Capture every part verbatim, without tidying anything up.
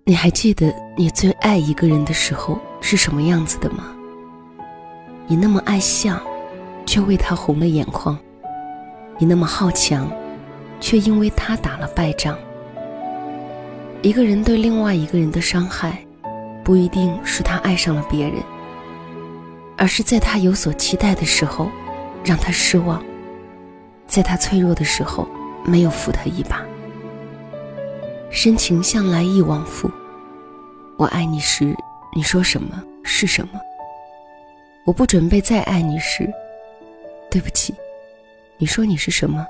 你还记得你最爱一个人的时候是什么样子的吗？你那么爱笑，却为他红了眼眶；你那么好强，却因为他打了败仗。一个人对另外一个人的伤害，不一定是他爱上了别人，而是在他有所期待的时候让他失望，在他脆弱的时候没有扶他一把。深情向来忆往复，我爱你时你说什么是什么，我不准备再爱你时，对不起，你说你是什么。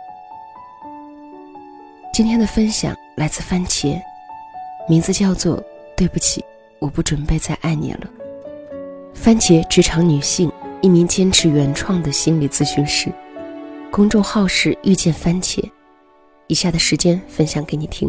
今天的分享来自番茄，名字叫做对不起，我不准备再爱你了。番茄职场女性，一名坚持原创的心理咨询师，公众号是遇见番茄。以下的时间分享给你听。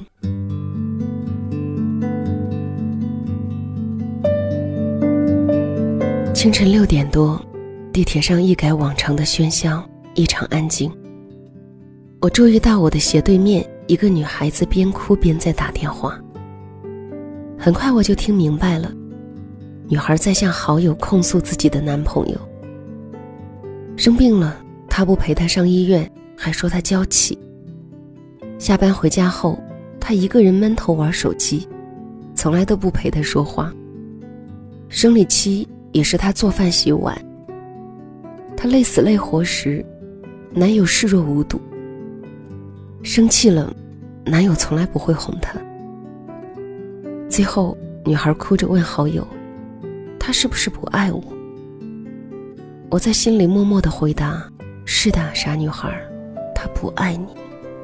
清晨六点多，地铁上一改往常的喧嚣，异常安静。我注意到我的斜对面一个女孩子边哭边在打电话。很快我就听明白了，女孩在向好友控诉自己的男朋友。生病了，他不陪她上医院，还说她娇气。下班回家后，他一个人闷头玩手机，从来都不陪她说话。生理期也是他做饭洗碗。他累死累活时，男友视若无睹。生气了，男友从来不会哄她。最后女孩哭着问好友，他是不是不爱我？我在心里默默地回答，是的，傻女孩，他不爱你。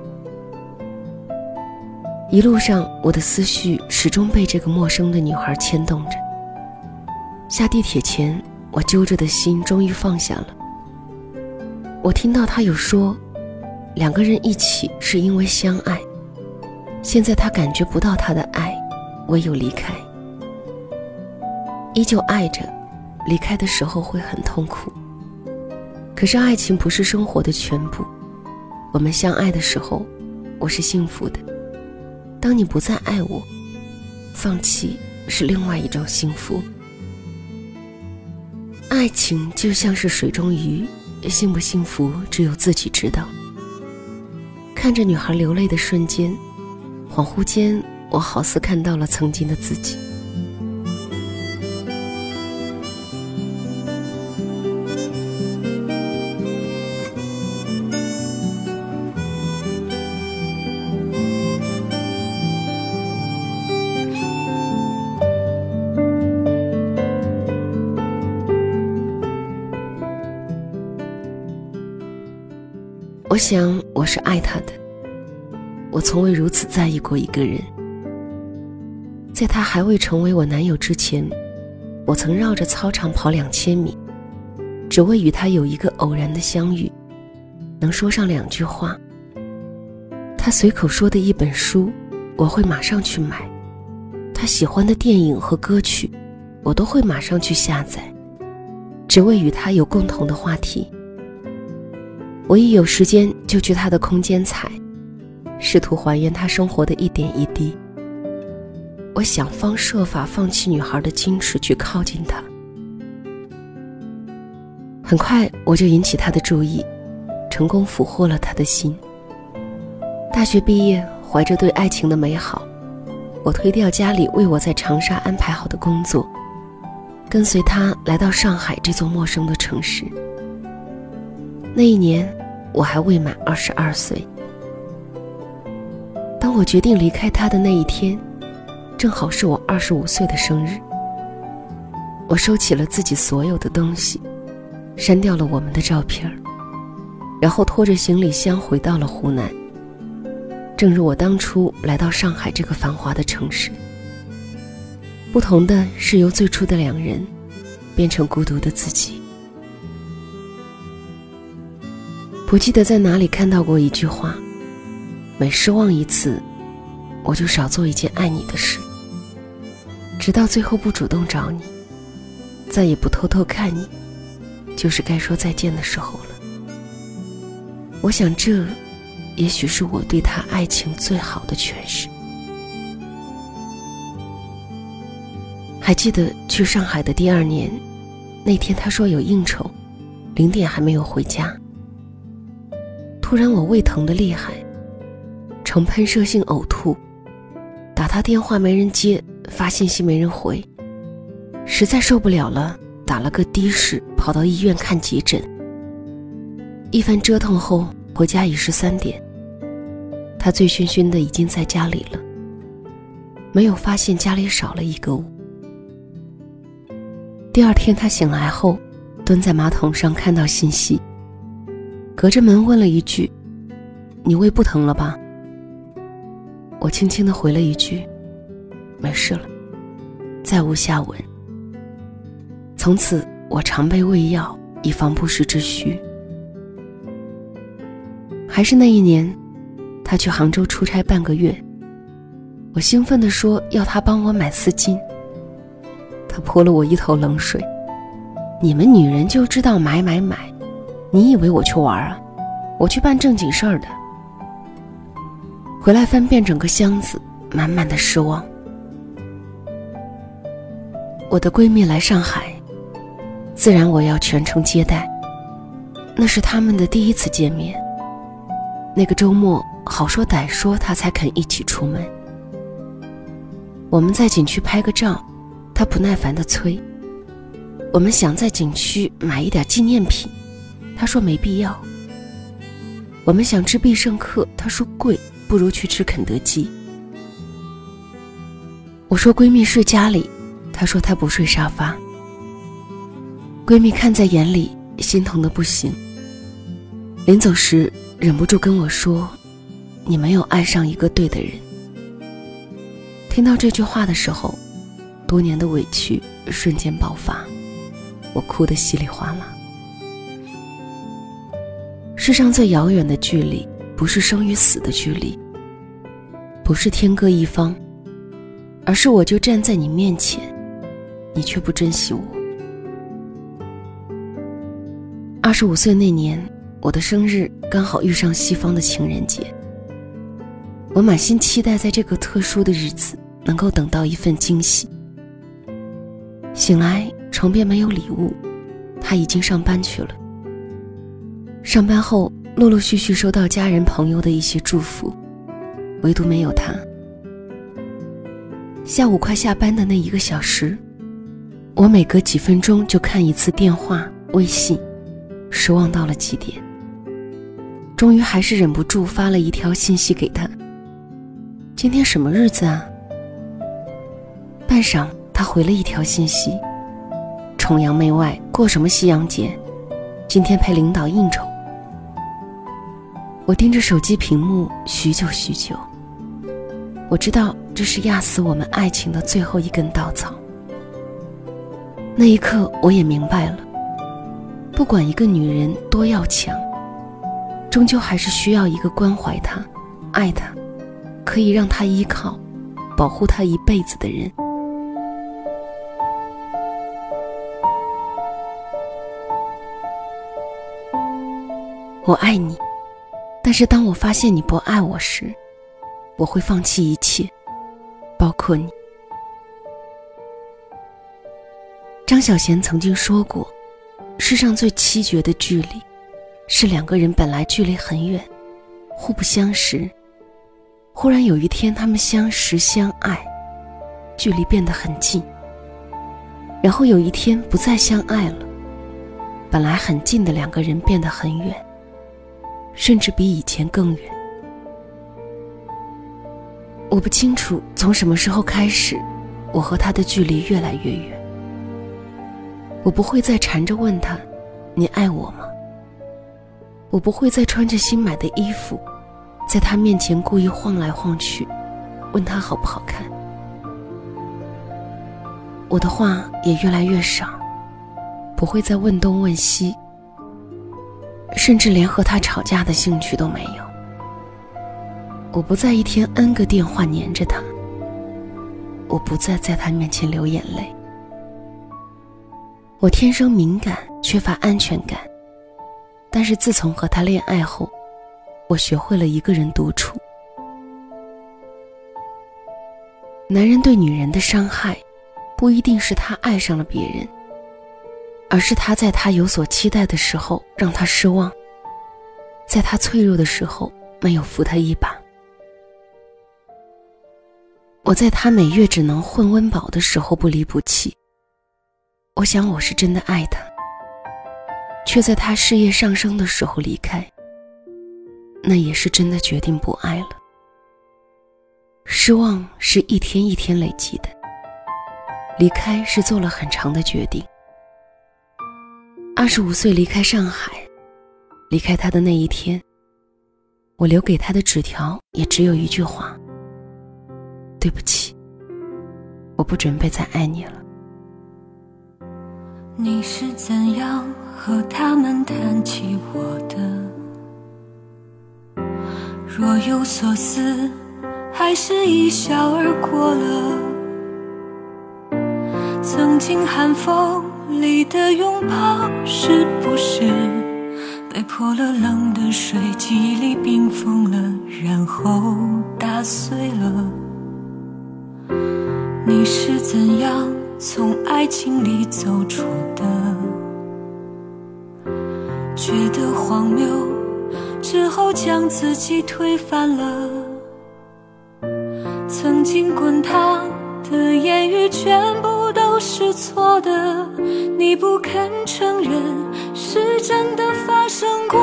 一路上我的思绪始终被这个陌生的女孩牵动着。下地铁前，我揪着的心终于放下了。我听到他有说，两个人一起是因为相爱，现在他感觉不到他的爱，唯有离开。依旧爱着，离开的时候会很痛苦。可是爱情不是生活的全部，我们相爱的时候，我是幸福的。当你不再爱我，放弃是另外一种幸福。爱情就像是水中鱼，幸不幸福只有自己知道。看着女孩流泪的瞬间，恍惚间我好似看到了曾经的自己。我想我是爱他的，我从未如此在意过一个人。在他还未成为我男友之前，我曾绕着操场跑两千米，只为与他有一个偶然的相遇，能说上两句话。他随口说的一本书，我会马上去买；他喜欢的电影和歌曲，我都会马上去下载，只为与他有共同的话题。我一有时间就去他的空间采，试图还原他生活的一点一滴。我想方设法放弃女孩的矜持，去靠近他。很快我就引起他的注意，成功俘获了他的心。大学毕业，怀着对爱情的美好，我推掉家里为我在长沙安排好的工作，跟随他来到上海这座陌生的城市。那一年我还未满二十二岁。当我决定离开他的那一天，正好是我二十五岁的生日。我收起了自己所有的东西，删掉了我们的照片，然后拖着行李箱回到了湖南。正如我当初来到上海这个繁华的城市，不同的是由最初的两人变成孤独的自己。不记得在哪里看到过一句话，每失望一次，我就少做一件爱你的事，直到最后不主动找你，再也不偷偷看你，就是该说再见的时候了。我想这也许是我对他爱情最好的诠释。 还记得去上海的第二年，那天他说有应酬，零点还没有回家。突然我胃疼得厉害，呈喷射性呕吐，打他电话没人接，发信息没人回，实在受不了了，打了个的士跑到医院看急诊。一番折腾后回家已是三点，他醉醺醺的已经在家里了，没有发现家里少了一个我。第二天他醒来后蹲在马桶上看到信息，隔着门问了一句：你胃不疼了吧？我轻轻地回了一句：没事了，再无下文。从此我常备胃药，以防不时之需。还是那一年，他去杭州出差半个月，我兴奋地说要他帮我买丝巾，他泼了我一头冷水：你们女人就知道买买买，你以为我去玩啊？我去办正经事儿的。回来翻遍整个箱子，满满的失望。我的闺蜜来上海，自然我要全程接待，那是他们的第一次见面。那个周末好说歹说她才肯一起出门。我们在景区拍个照，她不耐烦地催。我们想在景区买一点纪念品，她说没必要。我们想吃必胜客，她说贵，不如去吃肯德基。我说闺蜜睡家里，她说她不睡沙发。闺蜜看在眼里，心疼得不行。临走时忍不住跟我说：你没有爱上一个对的人。听到这句话的时候，多年的委屈瞬间爆发，我哭得稀里哗啦。世上最遥远的距离，不是生与死的距离，不是天各一方，而是我就站在你面前，你却不珍惜我。二十五岁那年，我的生日刚好遇上西方的情人节，我满心期待在这个特殊的日子能够等到一份惊喜。醒来床边没有礼物，他已经上班去了。上班后陆陆续续收到家人朋友的一些祝福，唯独没有他。下午快下班的那一个小时，我每隔几分钟就看一次电话微信，失望到了极点。终于还是忍不住发了一条信息给他：今天什么日子啊？半晌他回了一条信息：崇洋媚外，过什么西洋节？今天陪领导应酬。我盯着手机屏幕许久许久，我知道这是压死我们爱情的最后一根稻草。那一刻我也明白了，不管一个女人多要强，终究还是需要一个关怀她、爱她、可以让她依靠、保护她一辈子的人。我爱你，但是当我发现你不爱我时，我会放弃一切，包括你。张小娴曾经说过，世上最凄绝的距离，是两个人本来距离很远，互不相识，忽然有一天他们相识相爱，距离变得很近，然后有一天不再相爱了，本来很近的两个人变得很远，甚至比以前更远。我不清楚从什么时候开始，我和他的距离越来越远。我不会再缠着问他，你爱我吗？我不会再穿着新买的衣服，在他面前故意晃来晃去，问他好不好看。我的话也越来越少，不会再问东问西，甚至连和他吵架的兴趣都没有。我不再一天 N 个电话黏着他，我不再在他面前流眼泪。我天生敏感，缺乏安全感，但是自从和他恋爱后，我学会了一个人独处。男人对女人的伤害， 不一定是他爱上了别人，而是他在他有所期待的时候让他失望，在他脆弱的时候没有扶他一把。我在他每月只能混温饱的时候不离不弃，我想我是真的爱他，却在他事业上升的时候离开，那也是真的决定不爱了。失望是一天一天累积的，离开是做了很长的决定。二十五岁离开上海，离开他的那一天，我留给他的纸条也只有一句话：对不起，我不准备再爱你了。 你是怎样和他们谈起我的？若有所思，还是一笑而过了。曾经寒风里的拥抱，是不是被泼了冷的水，记忆里冰封了，然后打碎了？你是怎样从爱情里走出的？觉得荒谬之后将自己推翻了，曾经滚烫的言语全部都是错的，你不肯承认是真的发生过。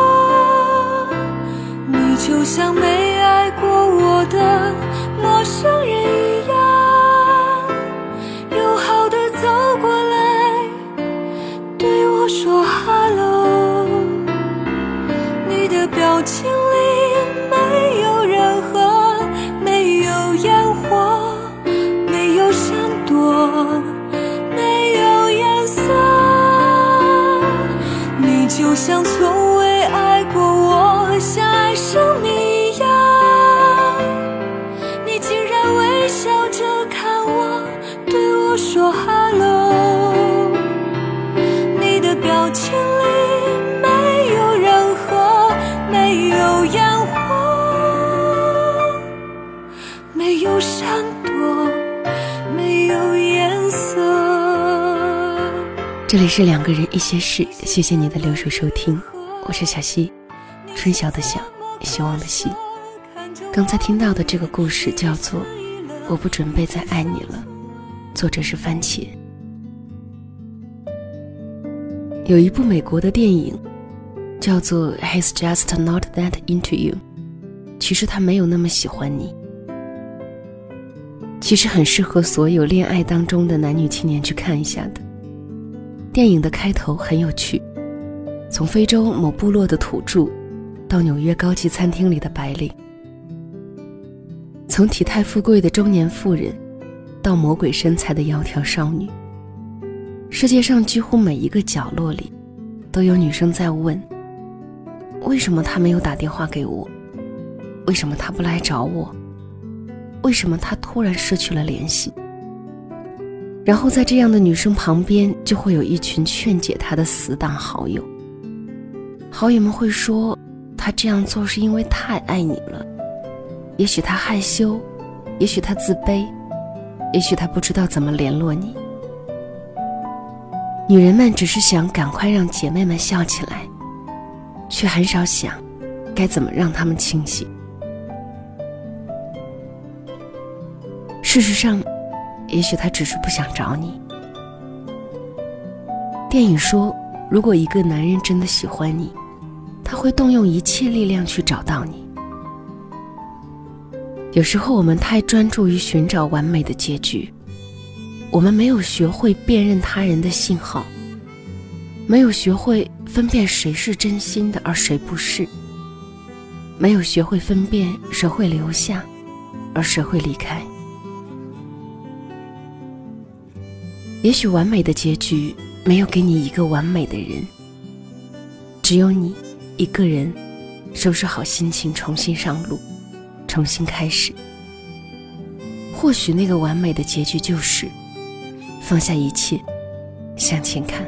你就像没爱过我的陌生人一样，友好的走过来对我说 Hello， 你的表情里没有任何，没有烟火，没有闪躲，没有颜色，你就像从未爱过我，像爱生命一样，你竟然微笑着看我，对我说 Hello， 你的表情里没有任何，没有烟火，没有闪躲，没有颜色。 这里是两个人一些事，谢谢你的留守收听，我是小溪，春晓的晓，希望的希。刚才听到的这个故事叫做《我不准备再爱你了》，作者是番茄。有一部美国的电影叫做 He's Just Not That Into You， 其实他没有那么喜欢你。其实很适合所有恋爱当中的男女青年去看一下的。电影的开头很有趣，从非洲某部落的土著到纽约高级餐厅里的白领，从体态富贵的中年妇人到魔鬼身材的窈窕少女，世界上几乎每一个角落里都有女生在问，为什么他没有打电话给我？为什么他不来找我？为什么他突然失去了联系？然后在这样的女生旁边就会有一群劝解她的死党好友，好友们会说，他这样做是因为太爱你了，也许他害羞，也许他自卑，也许他不知道怎么联络你。女人们只是想赶快让姐妹们笑起来，却很少想该怎么让她们清醒。事实上，也许他只是不想找你。电影说，如果一个男人真的喜欢你，他会动用一切力量去找到你。有时候我们太专注于寻找完美的结局，我们没有学会辨认他人的信号，没有学会分辨谁是真心的而谁不是，没有学会分辨谁会留下而谁会离开。也许完美的结局没有给你一个完美的人，只有你一个人收拾好心情，重新上路，重新开始。或许那个完美的结局就是放下一切，向前看。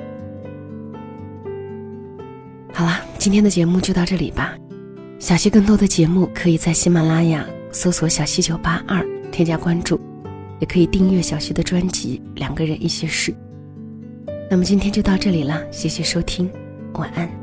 好啦，今天的节目就到这里吧。小溪更多的节目可以在喜马拉雅搜索小溪九八二添加关注， 也可以订阅小溪的专辑《两个人一些事》。那么今天就到这里了，谢谢收听，晚安。